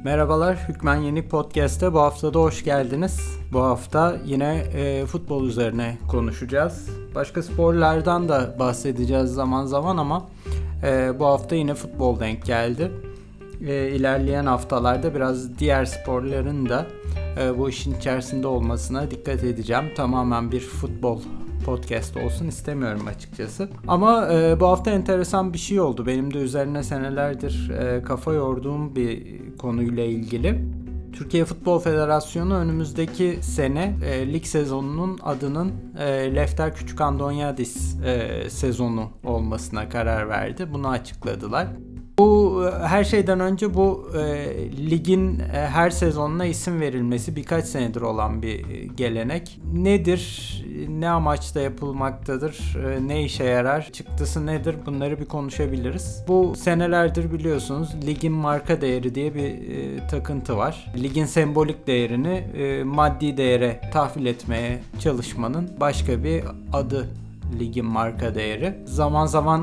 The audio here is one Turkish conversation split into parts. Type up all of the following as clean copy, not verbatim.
Merhabalar, Hükmen Yenik Podcast'a bu hafta da hoş geldiniz. Bu hafta yine futbol üzerine konuşacağız. Başka sporlardan da bahsedeceğiz zaman zaman ama bu hafta yine futbol denk geldi. İlerleyen haftalarda biraz diğer sporların da bu işin içerisinde olmasına dikkat edeceğim. Tamamen bir futbol podcast olsun istemiyorum açıkçası. Ama bu hafta enteresan bir şey oldu. Benim de üzerine senelerdir kafa yorduğum bir konuyla ilgili. Türkiye Futbol Federasyonu önümüzdeki sene lig sezonunun adının Lefter Küçükandonyadis sezonu olmasına karar verdi. Bunu açıkladılar. Bu her şeyden önce bu ligin her sezonuna isim verilmesi birkaç senedir olan bir gelenek. Nedir? Ne amaçla yapılmaktadır? Ne işe yarar? Çıktısı nedir? Bunları bir konuşabiliriz. Bu senelerdir biliyorsunuz ligin marka değeri diye bir takıntı var. Ligin sembolik değerini maddi değere tahvil etmeye çalışmanın başka bir adı ligin marka değeri. Zaman zaman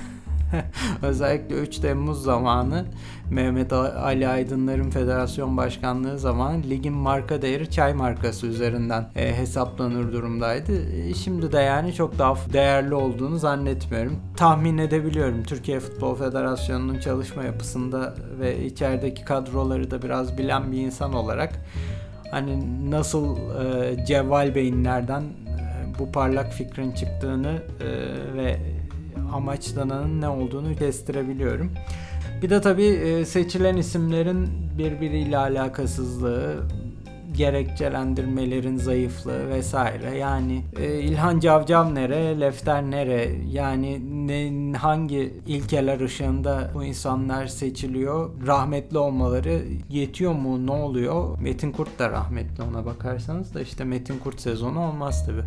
özellikle 3 Temmuz zamanı Mehmet Ali Aydınlar'ın federasyon başkanlığı zamanı ligin marka değeri çay markası üzerinden hesaplanır durumdaydı. Şimdi de yani çok daha değerli olduğunu zannetmiyorum. Tahmin edebiliyorum Türkiye Futbol Federasyonu'nun çalışma yapısında ve içerideki kadroları da biraz bilen bir insan olarak hani nasıl cevval beyinlerden bu parlak fikrin çıktığını ve amaçlananın ne olduğunu kestirebiliyorum. Bir de tabii seçilen isimlerin birbiriyle alakasızlığı, gerekçelendirmelerin zayıflığı vesaire. Yani İlhan Cavcav nere, Lefter nere? Yani hangi ilkeler ışığında bu insanlar seçiliyor? Rahmetli olmaları yetiyor mu? Ne oluyor? Metin Kurt da rahmetli ona bakarsanız da işte Metin Kurt sezonu olmaz tabii.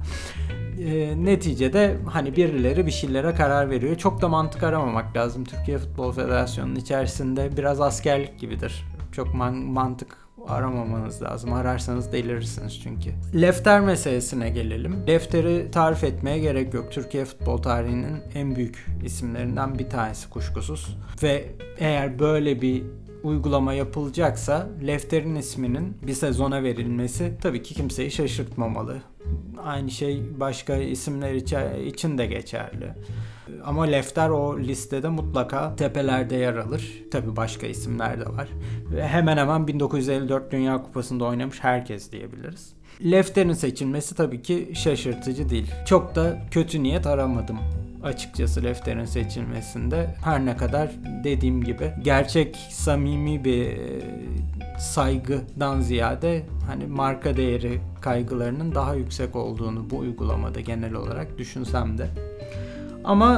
Neticede hani birileri bir şeylere karar veriyor. Çok da mantık aramamak lazım. Türkiye Futbol Federasyonu'nun içerisinde biraz askerlik gibidir. Çok mantık aramamanız lazım. Ararsanız delirirsiniz çünkü. Lefter meselesine gelelim. Lefter'i tarif etmeye gerek yok. Türkiye futbol tarihinin en büyük isimlerinden bir tanesi kuşkusuz. Ve eğer böyle bir uygulama yapılacaksa Lefter'in isminin bir sezona verilmesi tabii ki kimseyi şaşırtmamalı. Aynı şey başka isimler için de geçerli. Ama Lefter o listede mutlaka tepelerde yer alır. Tabii başka isimler de var. Ve hemen hemen 1954 Dünya Kupası'nda oynamış herkes diyebiliriz. Lefter'in seçilmesi tabii ki şaşırtıcı değil. Çok da kötü niyet aramadım açıkçası Lefter'in seçilmesinde. Her ne kadar dediğim gibi gerçek samimi bir saygıdan ziyade hani marka değeri kaygılarının daha yüksek olduğunu bu uygulamada genel olarak düşünsem de. Ama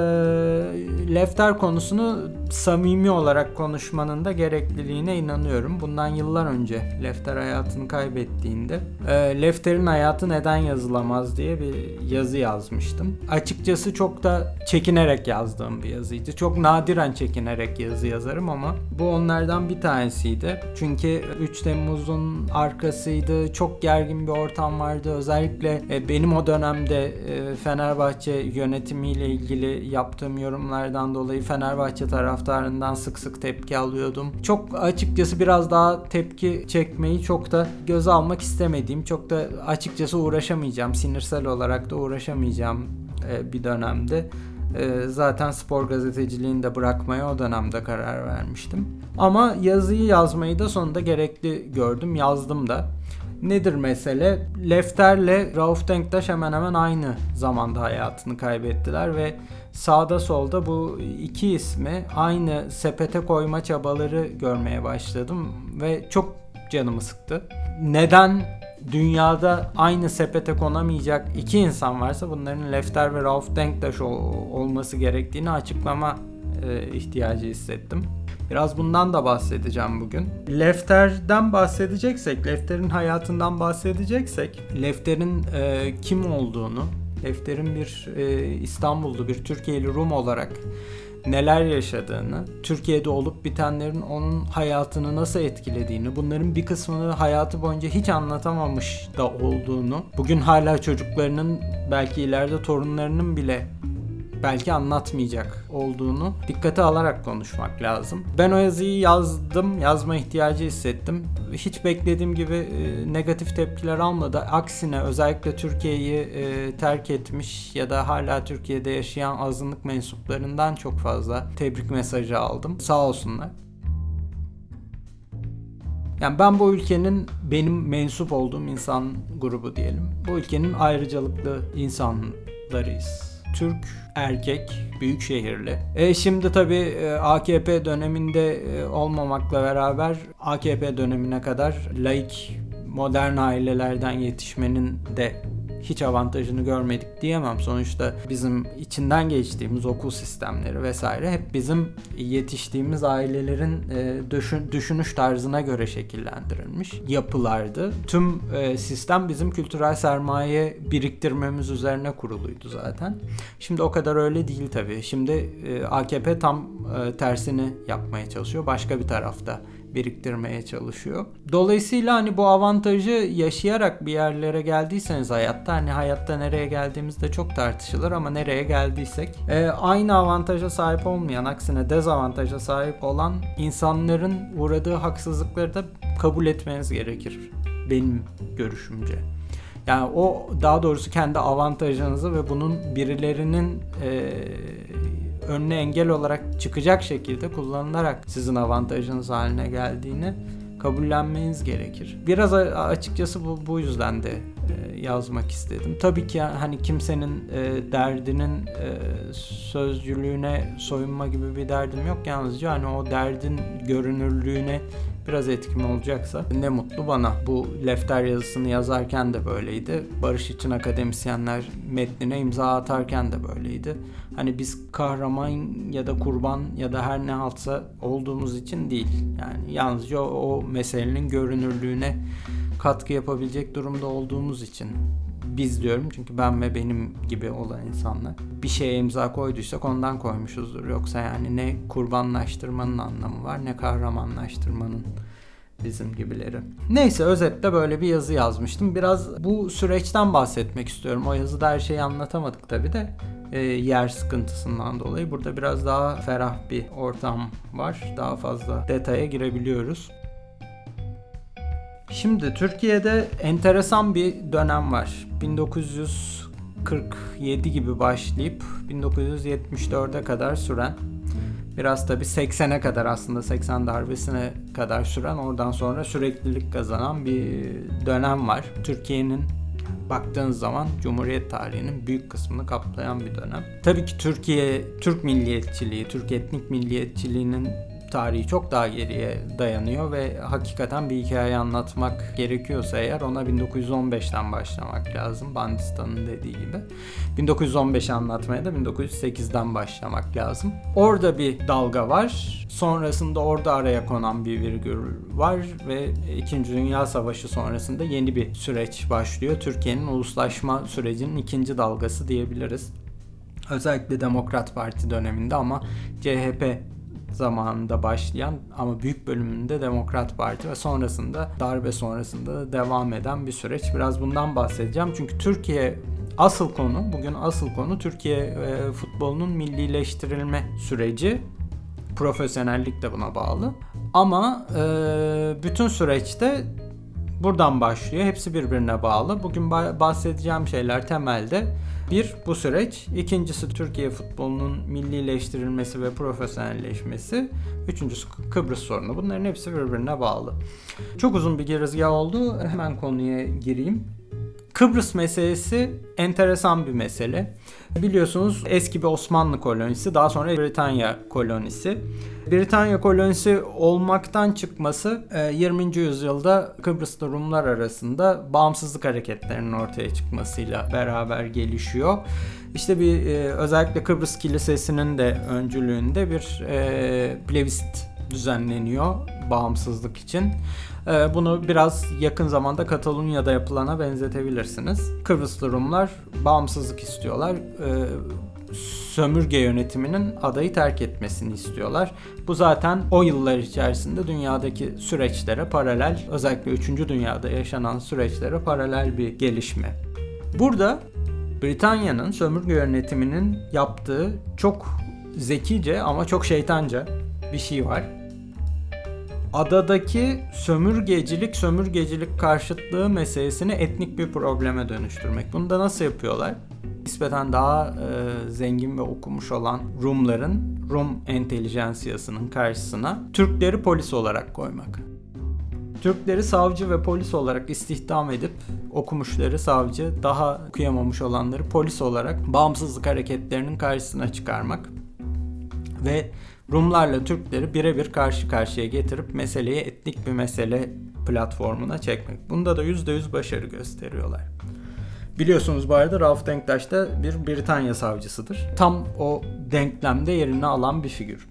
Lefter konusunu samimi olarak konuşmanın da gerekliliğine inanıyorum. Bundan yıllar önce Lefter hayatını kaybettiğinde Lefter'in hayatı neden yazılamaz diye bir yazı yazmıştım. Açıkçası çok da çekinerek yazdığım bir yazıydı. Çok nadiren çekinerek yazı yazarım ama bu onlardan bir tanesiydi. Çünkü 3 Temmuz'un arkasıydı. Çok gergin bir ortam vardı. Özellikle benim o dönemde Fenerbahçe yönetimiyle ilgili yaptığım yorumlardan dolayı Fenerbahçe taraftarından sık sık tepki alıyordum. Çok açıkçası biraz daha tepki çekmeyi çok da göze almak istemediğim, çok da açıkçası uğraşamayacağım, sinirsel olarak da uğraşamayacağım bir dönemde. Zaten spor gazeteciliğini de bırakmaya o dönemde karar vermiştim. Ama yazıyı yazmayı da sonunda gerekli gördüm, yazdım da. Nedir mesele? Lefter'le Rauf Denktaş hemen hemen aynı zamanda hayatını kaybettiler ve sağda solda bu iki ismi aynı sepete koyma çabaları görmeye başladım ve çok canımı sıktı. Neden dünyada aynı sepete konamayacak iki insan varsa bunların Lefter ve Rauf Denktaş olması gerektiğini açıklama ihtiyacı hissettim. Biraz bundan da bahsedeceğim bugün. Lefter'den bahsedeceksek, Lefter'in hayatından bahsedeceksek, Lefter'in kim olduğunu, Lefter'in bir İstanbullu, bir Türkiye'li Rum olarak neler yaşadığını, Türkiye'de olup bitenlerin onun hayatını nasıl etkilediğini, bunların bir kısmını hayatı boyunca hiç anlatamamış da olduğunu, bugün hala çocuklarının, belki ileride torunlarının bile belki anlatmayacak olduğunu dikkate alarak konuşmak lazım. Ben o yazıyı yazdım, yazma ihtiyacı hissettim. Hiç beklediğim gibi negatif tepkiler almadı. Aksine özellikle Türkiye'yi terk etmiş ya da hala Türkiye'de yaşayan azınlık mensuplarından çok fazla tebrik mesajı aldım. Sağ olsunlar. Yani ben bu ülkenin, benim mensup olduğum insan grubu diyelim, bu ülkenin ayrıcalıklı insanlarıyız. Türk, erkek, büyük şehirli. Şimdi tabii AKP döneminde olmamakla beraber AKP dönemine kadar laik, modern ailelerden yetişmenin de hiç avantajını görmedik diyemem. Sonuçta bizim içinden geçtiğimiz okul sistemleri vesaire hep bizim yetiştiğimiz ailelerin düşünüş tarzına göre şekillendirilmiş yapılardı. Tüm sistem bizim kültürel sermaye biriktirmemiz üzerine kuruluydu zaten. Şimdi o kadar öyle değil tabii. Şimdi AKP tam tersini yapmaya çalışıyor. Başka bir tarafta biriktirmeye çalışıyor. Dolayısıyla hani bu avantajı yaşayarak bir yerlere geldiyseniz hayatta, hani hayatta nereye geldiğimizde çok tartışılır ama nereye geldiysek aynı avantaja sahip olmayan, aksine dezavantaja sahip olan insanların uğradığı haksızlıkları da kabul etmeniz gerekir benim görüşümce. Yani o, daha doğrusu kendi avantajınızı ve bunun birilerinin önüne engel olarak çıkacak şekilde kullanılarak sizin avantajınız haline geldiğini kabullenmeniz gerekir. Biraz açıkçası bu yüzden de yazmak istedim. Tabii ki hani kimsenin derdinin sözcülüğüne soyunma gibi bir derdim yok. Yalnızca hani o derdin görünürlüğüne biraz etkim olacaksa ne mutlu bana. Bu Lefter yazısını yazarken de böyleydi. Barış için akademisyenler metnine imza atarken de böyleydi. Hani biz kahraman ya da kurban ya da her ne haltsa olduğumuz için değil. Yani yalnızca o meselenin görünürlüğüne katkı yapabilecek durumda olduğumuz için. Biz diyorum çünkü ben ve benim gibi olan insanlar bir şeye imza koyduysak ondan koymuşuzdur. Yoksa yani ne kurbanlaştırmanın anlamı var ne kahramanlaştırmanın bizim gibileri. Neyse, özetle böyle bir yazı yazmıştım. Biraz bu süreçten bahsetmek istiyorum. O yazıda her şeyi anlatamadık tabii de yer sıkıntısından dolayı. Burada biraz daha ferah bir ortam var. Daha fazla detaya girebiliyoruz. Şimdi Türkiye'de enteresan bir dönem var. 1947 gibi başlayıp 1974'e kadar süren, biraz tabii 80'e kadar, aslında 80 darbesine kadar süren, oradan sonra süreklilik kazanan bir dönem var. Türkiye'nin baktığınız zaman Cumhuriyet tarihinin büyük kısmını kaplayan bir dönem. Tabii ki Türk milliyetçiliği, Türk etnik milliyetçiliğinin tarihi çok daha geriye dayanıyor ve hakikaten bir hikaye anlatmak gerekiyorsa eğer ona 1915'ten başlamak lazım. Bandistan'ın dediği gibi. 1915'i anlatmaya da 1908'den başlamak lazım. Orada bir dalga var. Sonrasında orada araya konan bir virgül var ve 2. Dünya Savaşı sonrasında yeni bir süreç başlıyor. Türkiye'nin uluslaşma sürecinin ikinci dalgası diyebiliriz. Özellikle Demokrat Parti döneminde ama CHP zamanında başlayan ama büyük bölümünde Demokrat Parti ve sonrasında darbe sonrasında da devam eden bir süreç. Biraz bundan bahsedeceğim. Çünkü Türkiye bugün asıl konu Türkiye futbolunun millileştirilme süreci. Profesyonellik de buna bağlı. Ama bütün süreçte buradan başlıyor. Hepsi birbirine bağlı. Bugün bahsedeceğim şeyler temelde: bir, bu süreç. İkincisi, Türkiye futbolunun millileştirilmesi ve profesyonelleşmesi. Üçüncüsü, Kıbrıs sorunu. Bunların hepsi birbirine bağlı. Çok uzun bir girizgah oldu. Hemen konuya gireyim. Kıbrıs meselesi enteresan bir mesele. Biliyorsunuz eski bir Osmanlı kolonisi, daha sonra Britanya kolonisi. Britanya kolonisi olmaktan çıkması 20. yüzyılda Kıbrıslı Rumlar arasında bağımsızlık hareketlerinin ortaya çıkmasıyla beraber gelişiyor. İşte özellikle Kıbrıs Kilisesi'nin de öncülüğünde bir plebissit düzenleniyor bağımsızlık için. Bunu biraz yakın zamanda Katalunya'da yapılana benzetebilirsiniz. Kıbrıslı Rumlar bağımsızlık istiyorlar. Sömürge yönetiminin adayı terk etmesini istiyorlar. Bu zaten o yıllar içerisinde dünyadaki süreçlere paralel, özellikle 3. Dünyada yaşanan süreçlere paralel bir gelişme. Burada Britanya'nın sömürge yönetiminin yaptığı çok zekice ama çok şeytanca bir şey var. Adadaki sömürgecilik karşıtlığı meselesini etnik bir probleme dönüştürmek. Bunu da nasıl yapıyorlar? Nispeten daha zengin ve okumuş olan Rum entelijansiyasının karşısına Türkleri polis olarak koymak. Türkleri savcı ve polis olarak istihdam edip okumuşları savcı, daha okuyamamış olanları polis olarak bağımsızlık hareketlerinin karşısına çıkarmak ve Rumlarla Türkleri birebir karşı karşıya getirip meseleyi etnik bir mesele platformuna çekmek. Bunda da %100 başarı gösteriyorlar. Biliyorsunuz bu arada Rauf Denktaş da bir Britanya savcısıdır. Tam o denklemde yerini alan bir figür.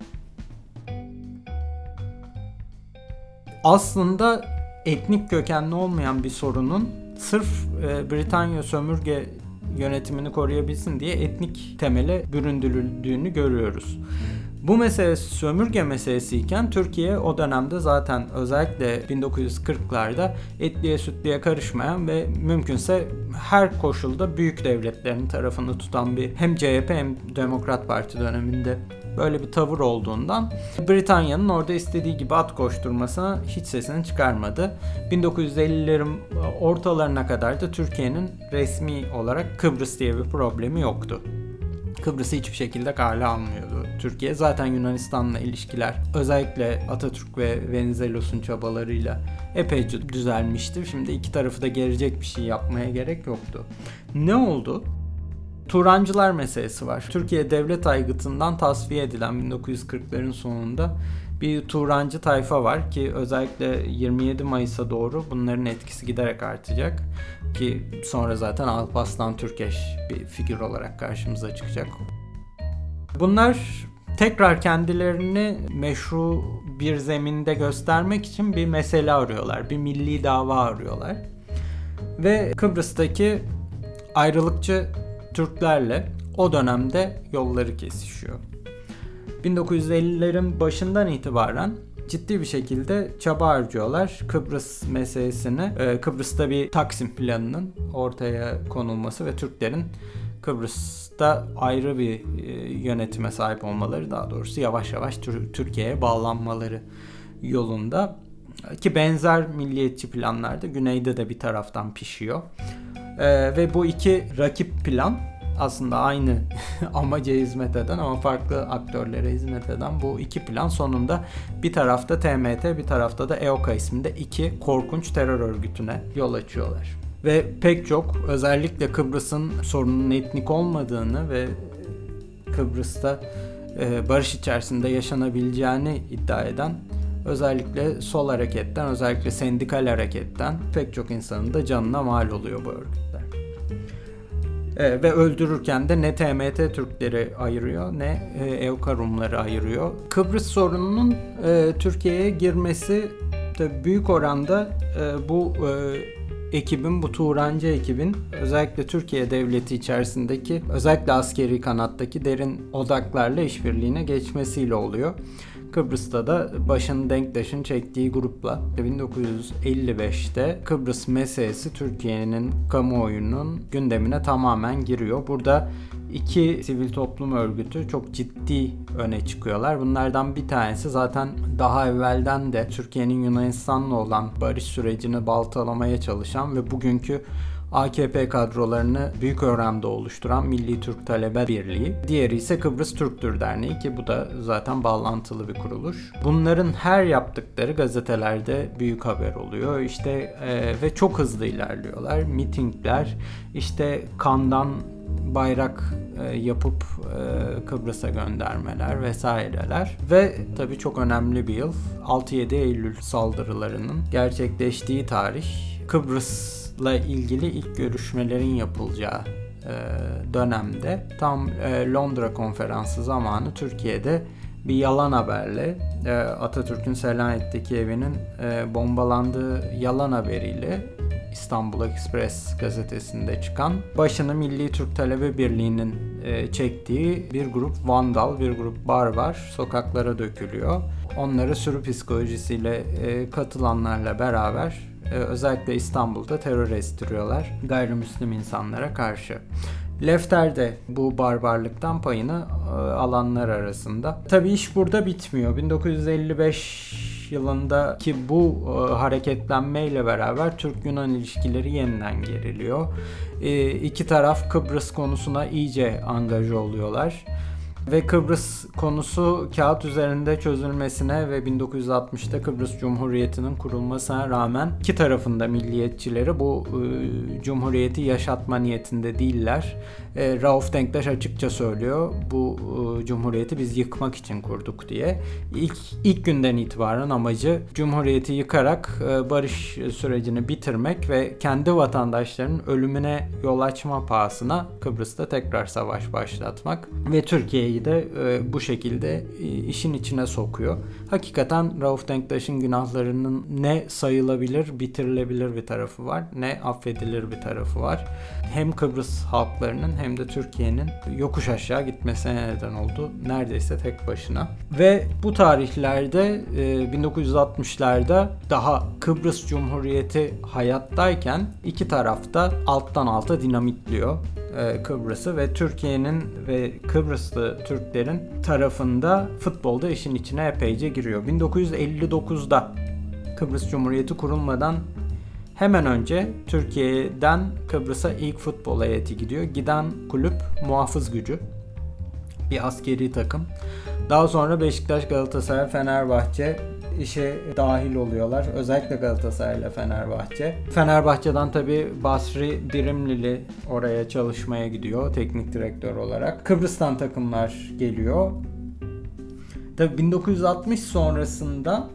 Aslında etnik kökenli olmayan bir sorunun sırf Britanya sömürge yönetimini koruyabilsin diye etnik temele büründürüldüğünü görüyoruz. Bu mesele sömürge meselesiyken Türkiye o dönemde zaten özellikle 1940'larda etliye sütliye karışmayan ve mümkünse her koşulda büyük devletlerin tarafını tutan bir hem CHP hem Demokrat Parti döneminde böyle bir tavır olduğundan Britanya'nın orada istediği gibi at koşturmasına hiç sesini çıkarmadı. 1950'lerin ortalarına kadar da Türkiye'nin resmi olarak Kıbrıs diye bir problemi yoktu. Kıbrıs'ı hiçbir şekilde kale almıyordu Türkiye. Zaten Yunanistan'la ilişkiler özellikle Atatürk ve Venizelos'un çabalarıyla epeyce düzelmişti. Şimdi iki tarafı da gelecek bir şey yapmaya gerek yoktu. Ne oldu? Turancılar meselesi var. Türkiye devlet aygıtından tasfiye edilen 1940'ların sonunda bir Turancı tayfa var ki özellikle 27 Mayıs'a doğru bunların etkisi giderek artacak ki sonra zaten Alparslan Türkeş bir figür olarak karşımıza çıkacak. Bunlar tekrar kendilerini meşru bir zeminde göstermek için bir mesele arıyorlar, bir milli dava arıyorlar ve Kıbrıs'taki ayrılıkçı Türklerle o dönemde yolları kesişiyor. 1950'lerin başından itibaren ciddi bir şekilde çaba harcıyorlar Kıbrıs meselesini. Kıbrıs'ta bir Taksim planının ortaya konulması ve Türklerin Kıbrıs'ta ayrı bir yönetime sahip olmaları, daha doğrusu yavaş yavaş Türkiye'ye bağlanmaları yolunda. Ki benzer milliyetçi planlar da güneyde de bir taraftan pişiyor. Ve bu iki rakip plan aslında aynı amaca hizmet eden ama farklı aktörlere hizmet eden bu iki plan sonunda bir tarafta TMT, bir tarafta da EOKA isminde iki korkunç terör örgütüne yol açıyorlar. Ve pek çok özellikle Kıbrıs'ın sorunun etnik olmadığını ve Kıbrıs'ta barış içerisinde yaşanabileceğini iddia eden özellikle sol hareketten, özellikle sendikal hareketten pek çok insanın da canına mal oluyor bu örgütler. Ve öldürürken de ne TMT Türkleri ayırıyor ne EOKA Rumları ayırıyor. Kıbrıs sorununun Türkiye'ye girmesi tabii büyük oranda bu ekibin, bu Turancı ekibin özellikle Türkiye devleti içerisindeki, özellikle askeri kanattaki derin odaklarla işbirliğine geçmesiyle oluyor. Kıbrıs'ta da başını Denktaş'ın çektiği grupla 1955'te Kıbrıs meselesi Türkiye'nin kamuoyunun gündemine tamamen giriyor. Burada iki sivil toplum örgütü çok ciddi öne çıkıyorlar. Bunlardan bir tanesi zaten daha evvelden de Türkiye'nin Yunanistan'la olan barış sürecini baltalamaya çalışan ve bugünkü AKP kadrolarını büyük oranda oluşturan Milli Türk Talebe Birliği. Diğeri ise Kıbrıs Türktür Derneği ki bu da zaten bağlantılı bir kuruluş. Bunların her yaptıkları gazetelerde büyük haber oluyor. İşte ve çok hızlı ilerliyorlar. Mitingler, işte kandan bayrak yapıp Kıbrıs'a göndermeler vesaireler ve tabii çok önemli bir yıl 6-7 Eylül saldırılarının gerçekleştiği tarih. Kıbrıs'la ilgili ilk görüşmelerin yapılacağı dönemde tam Londra konferansı zamanı Türkiye'de bir yalan haberle Atatürk'ün Selanik'teki evinin bombalandığı yalan haberiyle İstanbul Express gazetesinde çıkan başını Milli Türk Talebe Birliği'nin çektiği bir grup vandal, bir grup barbar sokaklara dökülüyor. Onları sürü psikolojisiyle katılanlarla beraber özellikle İstanbul'da terör estiriyorlar gayrimüslim insanlara karşı. Lefter de bu barbarlıktan payını alanlar arasında. Tabii iş burada bitmiyor. 1955 yılındaki bu hareketlenmeyle beraber Türk-Yunan ilişkileri yeniden geriliyor. İki taraf Kıbrıs konusuna iyice angaja oluyorlar. Ve Kıbrıs konusu kağıt üzerinde çözülmesine ve 1960'ta Kıbrıs Cumhuriyeti'nin kurulmasına rağmen iki tarafında milliyetçileri bu cumhuriyeti yaşatma niyetinde değiller. Rauf Denktaş açıkça söylüyor, bu cumhuriyeti biz yıkmak için kurduk diye. İlk günden itibaren amacı cumhuriyeti yıkarak barış sürecini bitirmek ve kendi vatandaşlarının ölümüne yol açma pahasına Kıbrıs'ta tekrar savaş başlatmak ve Türkiye'yi de bu şekilde işin içine sokuyor. Hakikaten Rauf Denktaş'ın günahlarının ne sayılabilir, bitirilebilir bir tarafı var, ne affedilir bir tarafı var. Hem Kıbrıs halklarının hem de Türkiye'nin yokuş aşağı gitmesine neden oldu. Neredeyse tek başına. Ve bu tarihlerde 1960'larda daha Kıbrıs Cumhuriyeti hayattayken iki tarafta alttan alta dinamitliyor Kıbrıs'ı ve Türkiye'nin ve Kıbrıslı Türklerin tarafında futbolda işin içine epeyce giriyor. 1959'da Kıbrıs Cumhuriyeti kurulmadan hemen önce Türkiye'den Kıbrıs'a ilk futbol heyeti gidiyor. Giden kulüp Muhafız Gücü. Bir askeri takım. Daha sonra Beşiktaş, Galatasaray, Fenerbahçe işe dahil oluyorlar. Özellikle Galatasaray ile Fenerbahçe. Fenerbahçe'den tabii Basri Dirimlili oraya çalışmaya gidiyor teknik direktör olarak. Kıbrıs'tan takımlar geliyor. Tabii 1960 sonrasında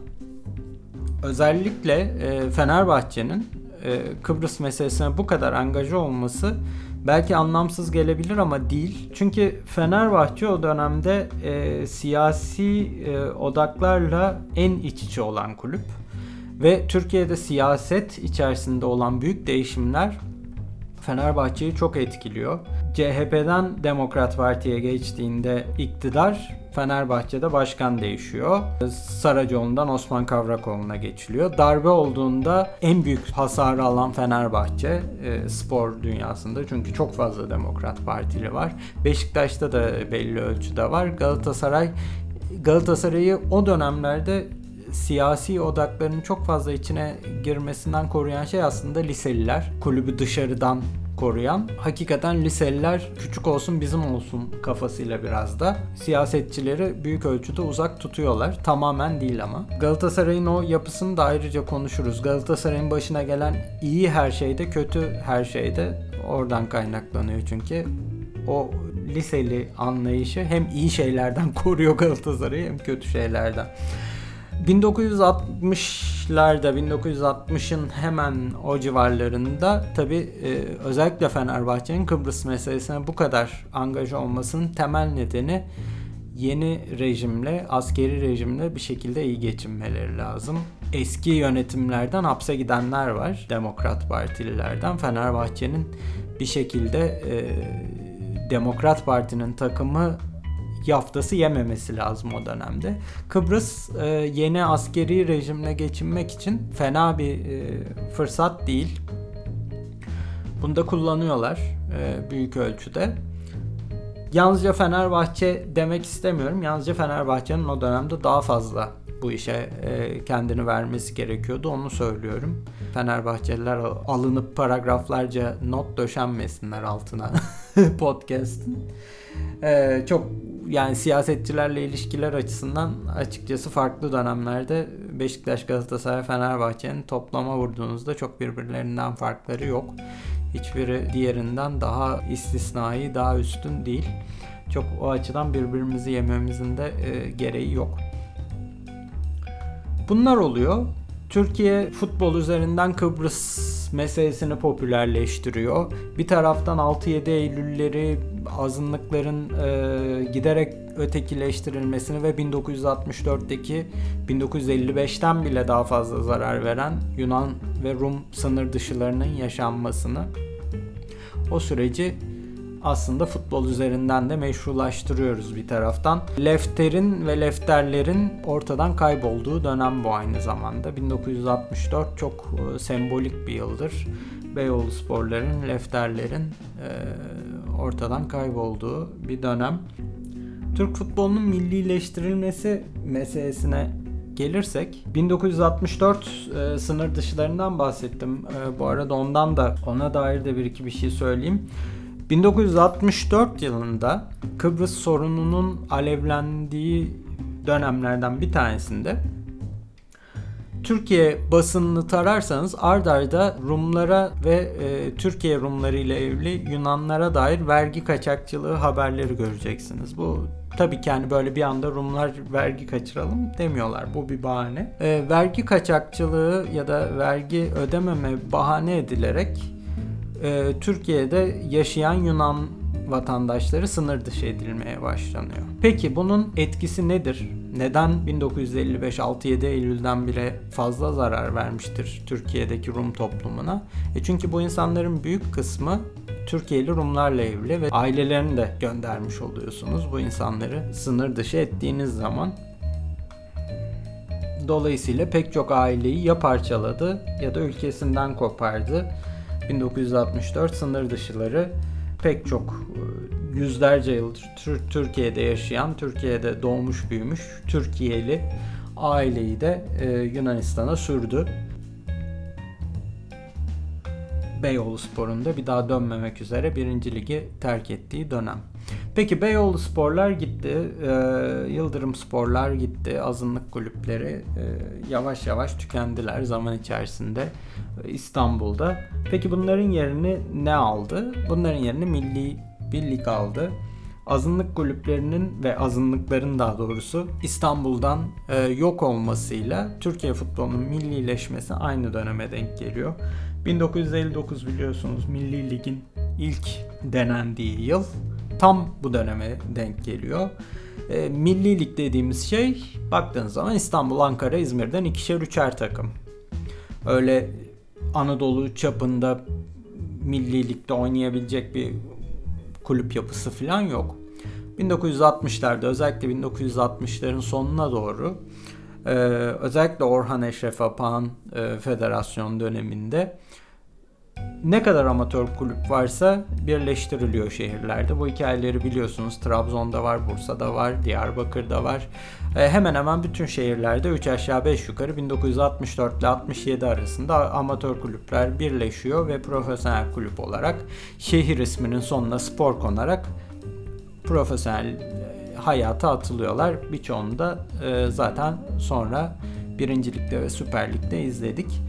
özellikle Fenerbahçe'nin Kıbrıs meselesine bu kadar angaja olması belki anlamsız gelebilir ama değil. Çünkü Fenerbahçe o dönemde siyasi odaklarla en iç içe olan kulüp ve Türkiye'de siyaset içerisinde olan büyük değişimler Fenerbahçe'yi çok etkiliyor. CHP'den Demokrat Parti'ye geçtiğinde iktidar, Fenerbahçe'de başkan değişiyor. Saracoğlu'ndan Osman Kavrakoğlu'na geçiliyor. Darbe olduğunda en büyük hasarı alan Fenerbahçe spor dünyasında, çünkü çok fazla Demokrat Partili var. Beşiktaş'ta da belli ölçüde var. Galatasaray'ı o dönemlerde siyasi odaklarının çok fazla içine girmesinden koruyan şey aslında liseliler. Kulübü dışarıdan koruyan. Hakikaten liseliler küçük olsun bizim olsun kafasıyla biraz da siyasetçileri büyük ölçüde uzak tutuyorlar. Tamamen değil ama. Galatasaray'ın o yapısını da ayrıca konuşuruz. Galatasaray'ın başına gelen iyi her şeyde, kötü her şeyde oradan kaynaklanıyor çünkü. O liseli anlayışı hem iyi şeylerden koruyor Galatasaray'ı hem kötü şeylerden. 1960'ın hemen o civarlarında tabii özellikle Fenerbahçe'nin Kıbrıs meselesine bu kadar angaj olmasının temel nedeni yeni rejimle, askeri rejimle bir şekilde iyi geçinmeleri lazım. Eski yönetimlerden hapse gidenler var, Demokrat Partililerden. Fenerbahçe'nin bir şekilde Demokrat Parti'nin takımı yaftası yememesi lazım o dönemde. Kıbrıs yeni askeri rejimle geçinmek için fena bir fırsat değil. Bunu da kullanıyorlar büyük ölçüde. Yalnızca Fenerbahçe demek istemiyorum. Yalnızca Fenerbahçe'nin o dönemde daha fazla bu işe kendini vermesi gerekiyordu. Onu söylüyorum. Fenerbahçeliler alınıp paragraflarca not döşenmesinler altına podcast'ın. Çok yani siyasetçilerle ilişkiler açısından açıkçası farklı dönemlerde Beşiktaş, Galatasaray, Fenerbahçe'nin toplama vurduğunuzda çok birbirlerinden farkları yok. Hiçbiri diğerinden daha istisnai, daha üstün değil. Çok o açıdan birbirimizi yememizin de gereği yok. Bunlar oluyor. Türkiye futbol üzerinden Kıbrıs meselesini popülerleştiriyor. Bir taraftan 6-7 Eylülleri, azınlıkların giderek ötekileştirilmesini ve 1964'teki 1955'ten bile daha fazla zarar veren Yunan ve Rum sınır dışılarının yaşanmasını, o süreci aslında futbol üzerinden de meşrulaştırıyoruz bir taraftan. Lefter'in ve Lefterlerin ortadan kaybolduğu dönem bu aynı zamanda. 1964 çok sembolik bir yıldır. Beyoğlu Sporların, Lefterlerin ortadan kaybolduğu bir dönem. Türk futbolunun millileştirilmesi meselesine gelirsek 1964 sınır dışlarından bahsettim. Bu arada ona dair de bir şey söyleyeyim. 1964 yılında Kıbrıs sorununun alevlendiği dönemlerden bir tanesinde Türkiye basınını tararsanız ard arda Rumlara ve Türkiye Rumları ile evli Yunanlara dair vergi kaçakçılığı haberleri göreceksiniz. Bu tabii ki hani böyle bir anda Rumlar vergi kaçıralım demiyorlar. Bu bir bahane. Vergi kaçakçılığı ya da vergi ödememe bahane edilerek Türkiye'de yaşayan Yunan vatandaşları sınır dışı edilmeye başlanıyor. Peki bunun etkisi nedir? Neden 1955 6-7 Eylül'den bile fazla zarar vermiştir Türkiye'deki Rum toplumuna? Çünkü bu insanların büyük kısmı Türkiye'li Rumlarla evli ve ailelerini de göndermiş oluyorsunuz bu insanları sınır dışı ettiğiniz zaman. Dolayısıyla pek çok aileyi ya parçaladı ya da ülkesinden kopardı. 1964 sınır dışıları pek çok yüzlerce yıldır Türkiye'de yaşayan, Türkiye'de doğmuş büyümüş Türkiye'li aileyi de Yunanistan'a sürdü. Beyoğluspor'un da bir daha dönmemek üzere 1. Ligi terk ettiği dönem. Peki Beyoğlusporlar gitti, Yıldırımsporlar gitti, azınlık kulüpleri yavaş yavaş tükendiler zaman içerisinde İstanbul'da. Peki bunların yerini ne aldı? Bunların yerini Milli bir lig aldı. Azınlık kulüplerinin ve azınlıkların daha doğrusu İstanbul'dan yok olmasıyla Türkiye futbolunun millileşmesi aynı döneme denk geliyor. 1959 biliyorsunuz Milli Lig'in ilk denendiği yıl tam bu döneme denk geliyor. Milli Lig dediğimiz şey baktığınız zaman İstanbul, Ankara, İzmir'den 2'şer 3'er takım. Öyle Anadolu çapında Milli Lig'de oynayabilecek bir kulüp yapısı falan yok. 1960'larda özellikle 1960'ların sonuna doğru özellikle Orhan Eşref Apak'ın federasyon döneminde ne kadar amatör kulüp varsa birleştiriliyor şehirlerde. Bu hikayeleri biliyorsunuz. Trabzon'da var, Bursa'da var, Diyarbakır'da var. Hemen hemen bütün şehirlerde 3 aşağı 5 yukarı 1964 ile 67 arasında amatör kulüpler birleşiyor ve profesyonel kulüp olarak şehir isminin sonuna spor konarak profesyonel hayata atılıyorlar. Birçoğunu da zaten sonra 1. Lig'de ve Süper Lig'de izledik.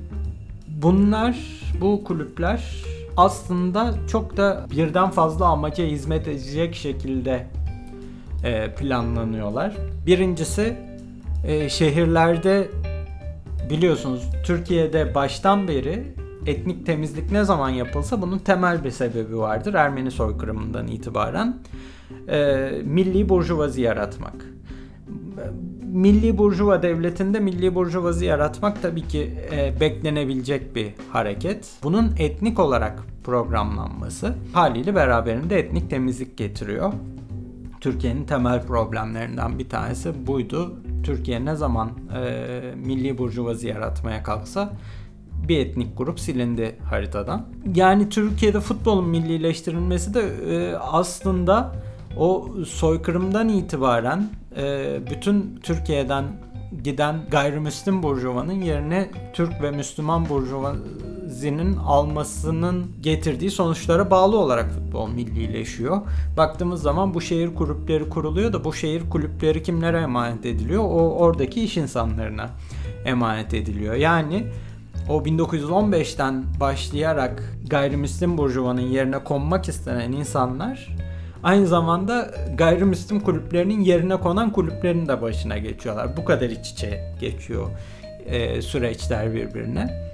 Bu kulüpler aslında çok da birden fazla amaca hizmet edecek şekilde planlanıyorlar. Birincisi şehirlerde biliyorsunuz Türkiye'de baştan beri etnik temizlik ne zaman yapılsa bunun temel bir sebebi vardır. Ermeni soykırımından itibaren milli burjuvazi yaratmak. Milli burjuva devletinde milli burjuvazi yaratmak tabii ki beklenebilecek bir hareket. Bunun etnik olarak programlanması haliyle beraberinde etnik temizlik getiriyor. Türkiye'nin temel problemlerinden bir tanesi buydu. Türkiye ne zaman milli burjuvazi yaratmaya kalksa bir etnik grup silindi haritadan. Yani Türkiye'de futbolun millileştirilmesi de aslında o soykırımdan itibaren bütün Türkiye'den giden gayrimüslim burjuvanın yerine Türk ve Müslüman burjuvazinin almasının getirdiği sonuçlara bağlı olarak futbol millileşiyor. Baktığımız zaman bu şehir kulüpleri kuruluyor da bu şehir kulüpleri kimlere emanet ediliyor? Oradaki iş insanlarına emanet ediliyor. Yani o 1915'ten başlayarak gayrimüslim burjuvanın yerine konmak istenen insanlar aynı zamanda gayrimüslim kulüplerinin yerine konan kulüplerin de başına geçiyorlar. Bu kadar iç içe geçiyor süreçler birbirine.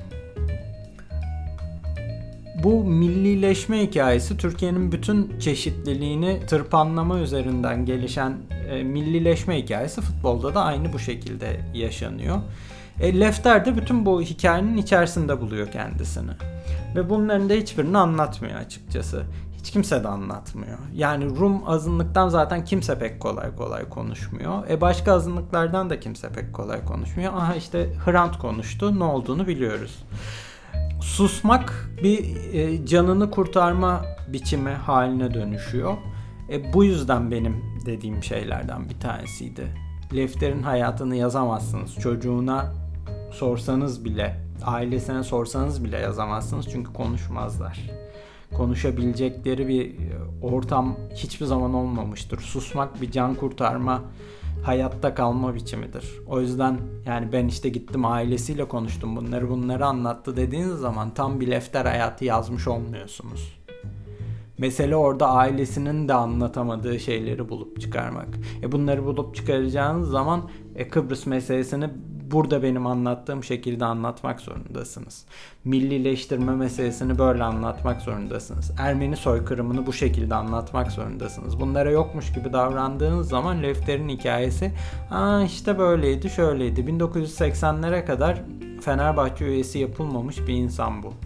Bu millileşme hikayesi Türkiye'nin bütün çeşitliliğini tırpanlama üzerinden gelişen millileşme hikayesi futbolda da aynı bu şekilde yaşanıyor. Lefter de bütün bu hikayenin içerisinde buluyor kendisini. Ve bunların da hiçbirini anlatmıyor açıkçası. Hiç kimse de anlatmıyor. Yani Rum azınlıktan zaten kimse pek kolay kolay konuşmuyor. Başka azınlıklardan da kimse pek kolay konuşmuyor. Aha işte Hrant konuştu. Ne olduğunu biliyoruz. susmak bir canını kurtarma biçimi haline dönüşüyor. Bu yüzden benim dediğim şeylerden bir tanesiydi. Lefter'in hayatını yazamazsınız. Çocuğuna sorsanız bile, ailesine sorsanız bile yazamazsınız çünkü konuşmazlar. Konuşabilecekleri bir ortam hiçbir zaman olmamıştır. Susmak bir can kurtarma, hayatta kalma biçimidir. O yüzden yani ben işte gittim ailesiyle konuştum, bunları anlattı dediğiniz zaman tam bir Lefter hayatı yazmış olmuyorsunuz. Mesele orada ailesinin de anlatamadığı şeyleri bulup çıkarmak. Bunları bulup çıkaracağınız zaman Kıbrıs meselesini burada benim anlattığım şekilde anlatmak zorundasınız. Millileştirme meselesini böyle anlatmak zorundasınız. Ermeni soykırımını bu şekilde anlatmak zorundasınız. Bunlara yokmuş gibi davrandığınız zaman Lefter'in hikayesi işte böyleydi, şöyleydi. 1980'lere kadar Fenerbahçe üyesi yapılmamış bir insan bu.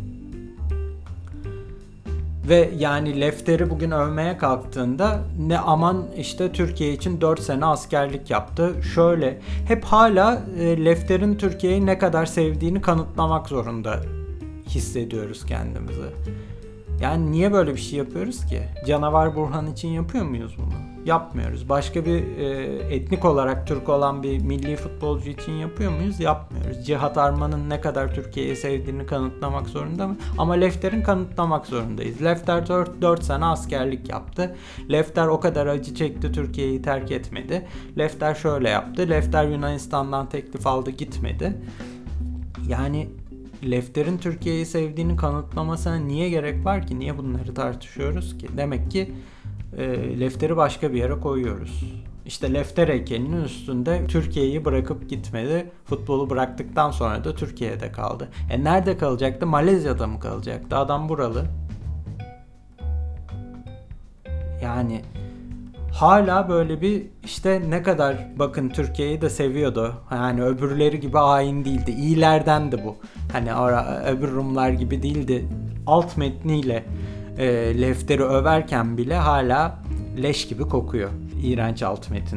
Ve yani Lefter'i bugün övmeye kalktığında ne aman işte Türkiye için 4 sene askerlik yaptı. Şöyle hep hala Lefter'in Türkiye'yi ne kadar sevdiğini kanıtlamak zorunda hissediyoruz kendimizi. Yani niye böyle bir şey yapıyoruz ki? Canavar Burhan için yapıyor muyuz bunu? Yapmıyoruz. Başka bir etnik olarak Türk olan bir milli futbolcu için yapıyor muyuz? Yapmıyoruz. Cihat Arman'ın ne kadar Türkiye'yi sevdiğini kanıtlamak zorunda mı? Ama Lefter'in kanıtlamak zorundayız. Lefter 4 sene askerlik yaptı. Lefter o kadar acı çekti, Türkiye'yi terk etmedi. Lefter şöyle yaptı. Lefter Yunanistan'dan teklif aldı, gitmedi. Yani Lefter'in Türkiye'yi sevdiğini kanıtlamasına niye gerek var ki? Niye bunları tartışıyoruz ki? Demek ki Lefter'i başka bir yere koyuyoruz. İşte Lefter heykelinin üstünde Türkiye'yi bırakıp gitmedi. Futbolu bıraktıktan sonra da Türkiye'de kaldı. Nerede kalacaktı? Malezya'da mı kalacaktı? Adam buralı. Yani hala böyle bir işte ne kadar bakın Türkiye'yi de seviyordu. Yani öbürleri gibi hain değildi. İyilerdendi bu. Hani öbür Rumlar gibi değildi. Alt metniyle Lefter'i överken bile hala leş gibi kokuyor. İğrenç alt metin.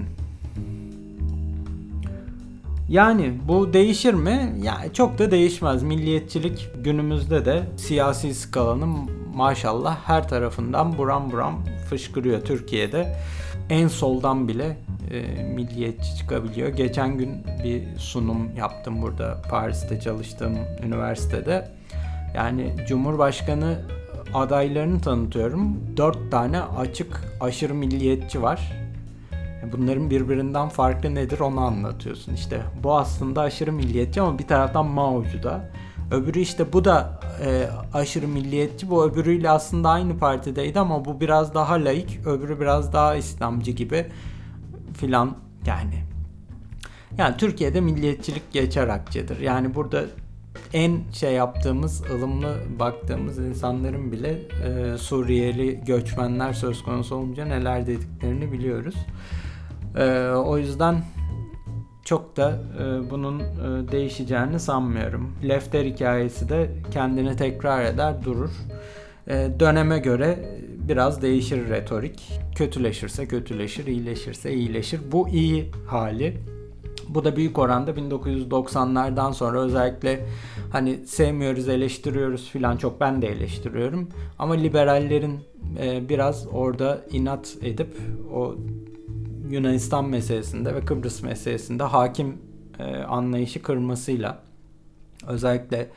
Yani bu değişir mi? Yani çok da değişmez. Milliyetçilik günümüzde de siyasi skalanın maşallah her tarafından buram buram fışkırıyor. Türkiye'de en soldan bile milliyetçi çıkabiliyor. Geçen gün bir sunum yaptım burada Paris'te çalıştığım üniversitede. Yani Cumhurbaşkanı adaylarını tanıtıyorum. 4 tane açık aşırı milliyetçi var. Bunların birbirinden farkı nedir onu anlatıyorsun. İşte bu aslında aşırı milliyetçi ama bir taraftan Mao'cu da. Öbürü işte bu da aşırı milliyetçi. Bu öbürüyle aslında aynı partideydi ama bu biraz daha laik, öbürü biraz daha İslamcı gibi filan yani. Yani Türkiye'de milliyetçilik geçer akçedir. Yani burada en yaptığımız, ılımlı baktığımız insanların bile Suriyeli göçmenler söz konusu olunca neler dediklerini biliyoruz. O yüzden çok da bunun değişeceğini sanmıyorum. Lefter hikayesi de kendini tekrar eder, durur. Döneme göre biraz değişir retorik. Kötüleşirse kötüleşir, iyileşirse iyileşir. Bu iyi hali. Bu da büyük oranda 1990'lardan sonra özellikle hani sevmiyoruz, eleştiriyoruz filan, çok ben de eleştiriyorum. Ama liberallerin biraz orada inat edip o Yunanistan meselesinde ve Kıbrıs meselesinde hakim anlayışı kırmasıyla özellikle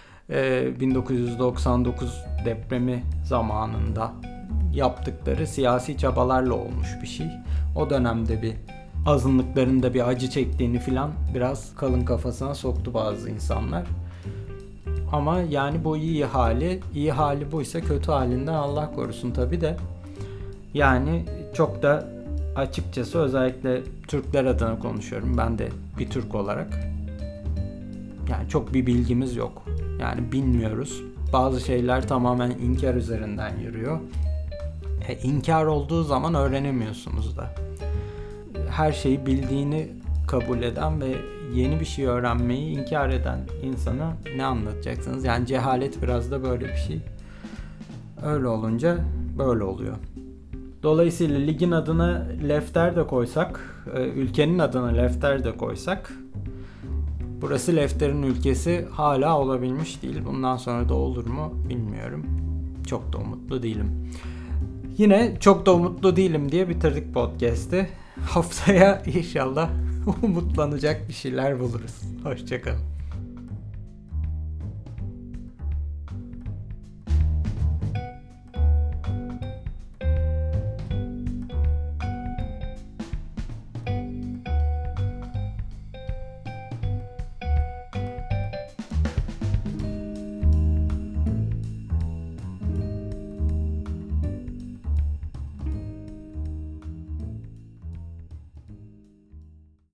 1999 depremi zamanında yaptıkları siyasi çabalarla olmuş bir şey. O dönemde bir azınlıkların da bir acı çektiğini filan biraz kalın kafasına soktu bazı insanlar. Ama yani bu iyi hali, iyi hali buysa kötü halinden Allah korusun tabii de. Yani çok da açıkçası özellikle Türkler adına konuşuyorum. Ben de bir Türk olarak. Yani çok bir bilgimiz yok. Yani bilmiyoruz. Bazı şeyler tamamen inkar üzerinden yürüyor. İnkar olduğu zaman öğrenemiyorsunuz da. Her şeyi bildiğini kabul eden ve yeni bir şey öğrenmeyi inkar eden insana ne anlatacaksınız? Yani cehalet biraz da böyle bir şey. Öyle olunca böyle oluyor. Dolayısıyla ligin adına Lefter de koysak, ülkenin adına Lefter de koysak Burası Lefter'in ülkesi hala olabilmiş değil. Bundan sonra da olur mu bilmiyorum. Çok da umutlu değilim. Yine çok da umutlu değilim diye bitirdik podcast'i. Haftaya inşallah umutlanacak bir şeyler buluruz. Hoşçakalın.